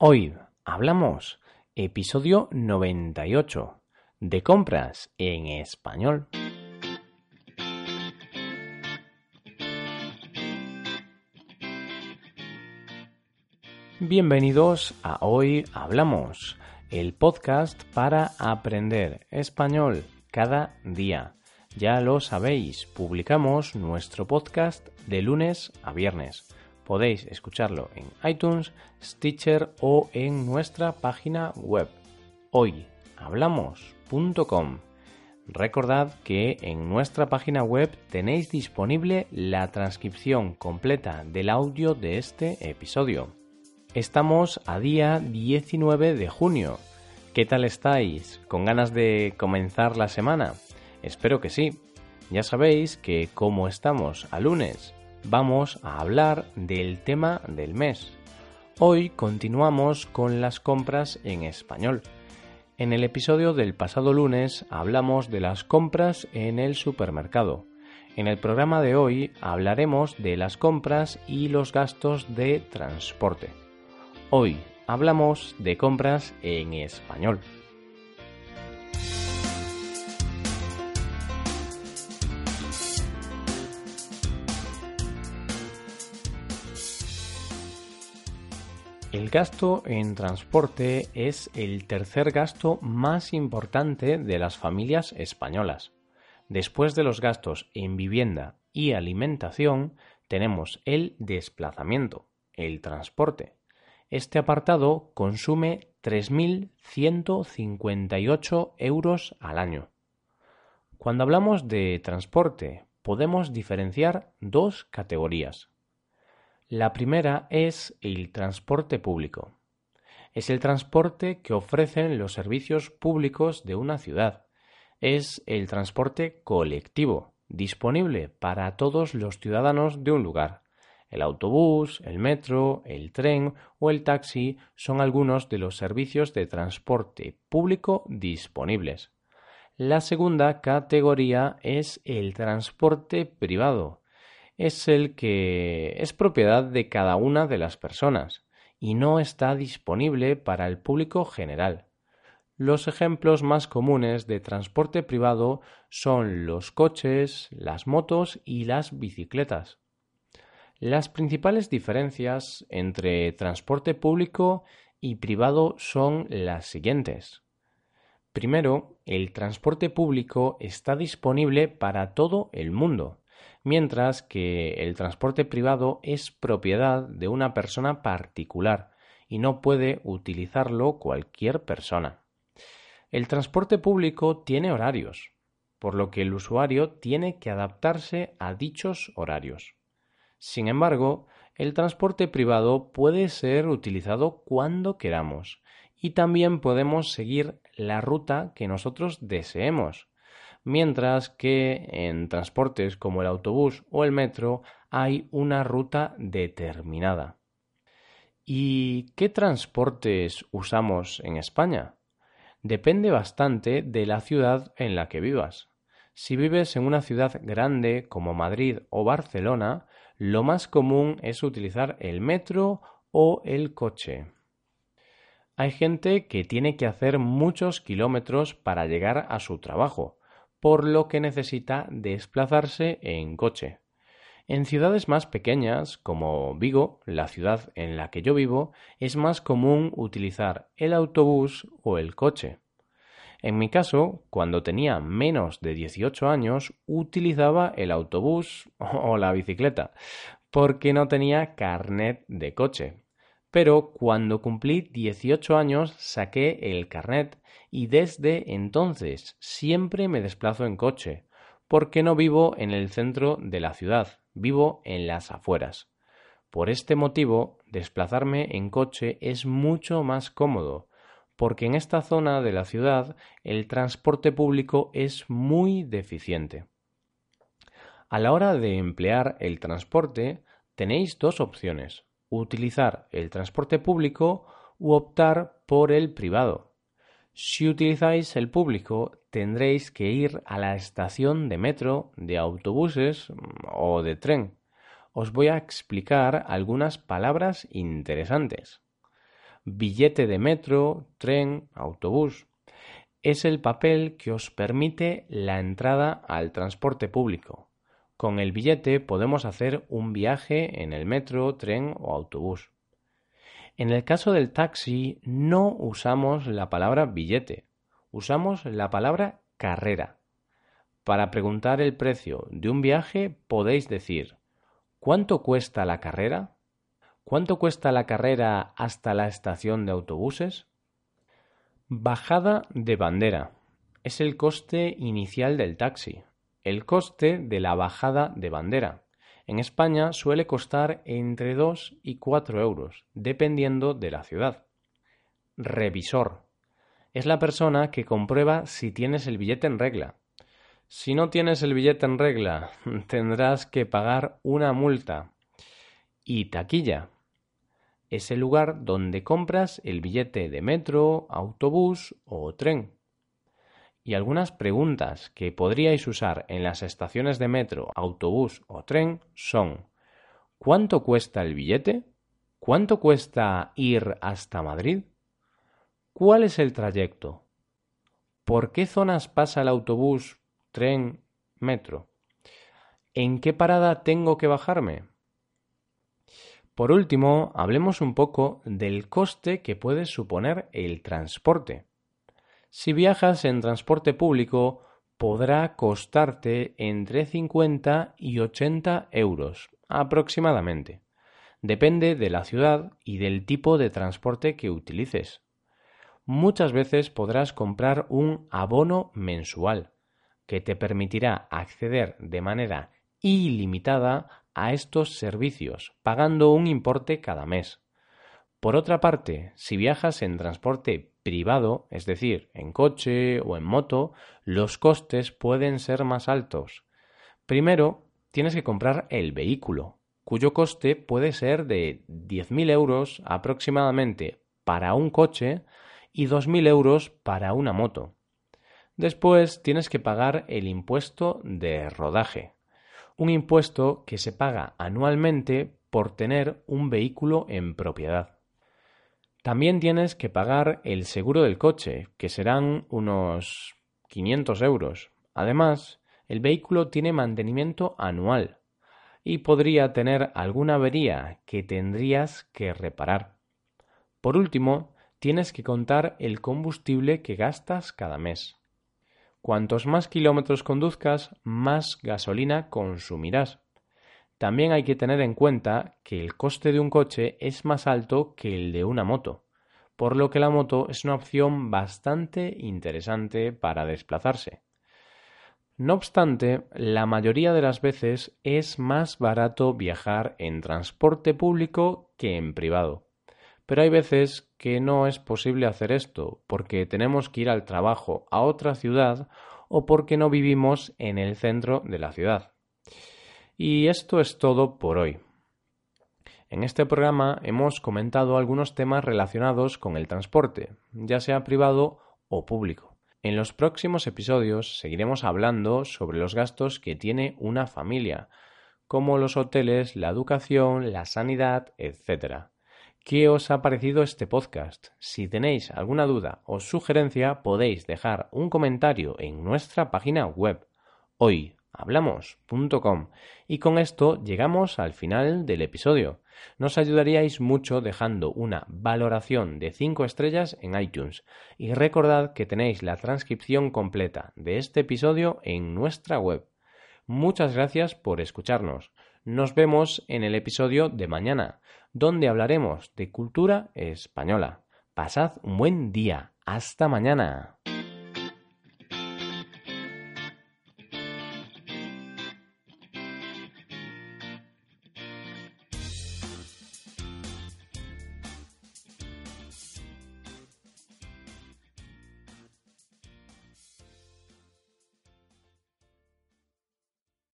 Hoy hablamos episodio 98 de compras en español. Bienvenidos a Hoy Hablamos, el podcast para aprender español cada día. Ya lo sabéis, publicamos nuestro podcast de lunes a viernes. Podéis escucharlo en iTunes, Stitcher o en nuestra página web hoyhablamos.com. Recordad que en nuestra página web tenéis disponible la transcripción completa del audio de este episodio. Estamos a día 19 de junio. ¿Qué tal estáis? ¿Con ganas de comenzar la semana? Espero que sí. Ya sabéis que como estamos a lunes, vamos a hablar del tema del mes. Hoy continuamos con las compras en español. En el episodio del pasado lunes hablamos de las compras en el supermercado. En el programa de hoy hablaremos de las compras y los gastos de transporte. Hoy hablamos de compras en español. El gasto en transporte es el tercer gasto más importante de las familias españolas. Después de los gastos en vivienda y alimentación, tenemos el desplazamiento, el transporte. Este apartado consume 3.158 euros al año. Cuando hablamos de transporte, podemos diferenciar dos categorías. La primera es el transporte público. Es el transporte que ofrecen los servicios públicos de una ciudad. Es el transporte colectivo, disponible para todos los ciudadanos de un lugar. El autobús, el metro, el tren o el taxi son algunos de los servicios de transporte público disponibles. La segunda categoría es el transporte privado. Es el que es propiedad de cada una de las personas y no está disponible para el público general. Los ejemplos más comunes de transporte privado son los coches, las motos y las bicicletas. Las principales diferencias entre transporte público y privado son las siguientes. Primero, el transporte público está disponible para todo el mundo, mientras que el transporte privado es propiedad de una persona particular y no puede utilizarlo cualquier persona. El transporte público tiene horarios, por lo que el usuario tiene que adaptarse a dichos horarios. Sin embargo, el transporte privado puede ser utilizado cuando queramos y también podemos seguir la ruta que nosotros deseemos, mientras que en transportes como el autobús o el metro hay una ruta determinada. ¿Y qué transportes usamos en España? Depende bastante de la ciudad en la que vivas. Si vives en una ciudad grande como Madrid o Barcelona, lo más común es utilizar el metro o el coche. Hay gente que tiene que hacer muchos kilómetros para llegar a su trabajo, por lo que necesita desplazarse en coche. En ciudades más pequeñas, como Vigo, la ciudad en la que yo vivo, es más común utilizar el autobús o el coche. En mi caso, cuando tenía menos de 18 años, utilizaba el autobús o la bicicleta, porque no tenía carnet de coche. Pero cuando cumplí 18 años saqué el carnet y desde entonces siempre me desplazo en coche, porque no vivo en el centro de la ciudad, vivo en las afueras. Por este motivo, desplazarme en coche es mucho más cómodo, porque en esta zona de la ciudad el transporte público es muy deficiente. A la hora de emplear el transporte, tenéis dos opciones: utilizar el transporte público u optar por el privado. Si utilizáis el público, tendréis que ir a la estación de metro, de autobuses o de tren. Os voy a explicar algunas palabras interesantes. billete de metro, tren, autobús. Es el papel que os permite la entrada al transporte público. Con el billete podemos hacer un viaje en el metro, tren o autobús. En el caso del taxi no usamos la palabra billete, usamos la palabra carrera. Para preguntar el precio de un viaje podéis decir ¿cuánto cuesta la carrera? ¿Cuánto cuesta la carrera hasta la estación de autobuses? Bajada de bandera. Es el coste inicial del taxi, el coste de la bajada de bandera. En España suele costar entre 2 y 4 euros, dependiendo de la ciudad. Revisor. Es la persona que comprueba si tienes el billete en regla. Si no tienes el billete en regla, tendrás que pagar una multa. Y taquilla. Es el lugar donde compras el billete de metro, autobús o tren. Y algunas preguntas que podríais usar en las estaciones de metro, autobús o tren son ¿cuánto cuesta el billete? ¿Cuánto cuesta ir hasta Madrid? ¿Cuál es el trayecto? ¿Por qué zonas pasa el autobús, tren, metro? ¿En qué parada tengo que bajarme? Por último, hablemos un poco del coste que puede suponer el transporte. Si viajas en transporte público, podrá costarte entre 50 y 80 euros aproximadamente. Depende de la ciudad y del tipo de transporte que utilices. Muchas veces podrás comprar un abono mensual que te permitirá acceder de manera ilimitada a estos servicios, pagando un importe cada mes. Por otra parte, si viajas en transporte privado, es decir, en coche o en moto, los costes pueden ser más altos. Primero, tienes que comprar el vehículo, cuyo coste puede ser de 10.000 euros aproximadamente para un coche y 2.000 euros para una moto. Después tienes que pagar el impuesto de rodaje, un impuesto que se paga anualmente por tener un vehículo en propiedad. También tienes que pagar el seguro del coche, que serán unos 500 euros. Además, el vehículo tiene mantenimiento anual y podría tener alguna avería que tendrías que reparar. Por último, tienes que contar el combustible que gastas cada mes. Cuantos más kilómetros conduzcas, más gasolina consumirás. También hay que tener en cuenta que el coste de un coche es más alto que el de una moto, por lo que la moto es una opción bastante interesante para desplazarse. No obstante, la mayoría de las veces es más barato viajar en transporte público que en privado. Pero hay veces que no es posible hacer esto porque tenemos que ir al trabajo a otra ciudad o porque no vivimos en el centro de la ciudad. Y esto es todo por hoy. En este programa hemos comentado algunos temas relacionados con el transporte, ya sea privado o público. En los próximos episodios seguiremos hablando sobre los gastos que tiene una familia, como los hoteles, la educación, la sanidad, etc. ¿Qué os ha parecido este podcast? Si tenéis alguna duda o sugerencia, podéis dejar un comentario en nuestra página web hoyhablamos.com. Y con esto llegamos al final del episodio. Nos ayudaríais mucho dejando una valoración de 5 estrellas en iTunes. Y recordad que tenéis la transcripción completa de este episodio en nuestra web. Muchas gracias por escucharnos. Nos vemos en el episodio de mañana, donde hablaremos de cultura española. Pasad un buen día. Hasta mañana.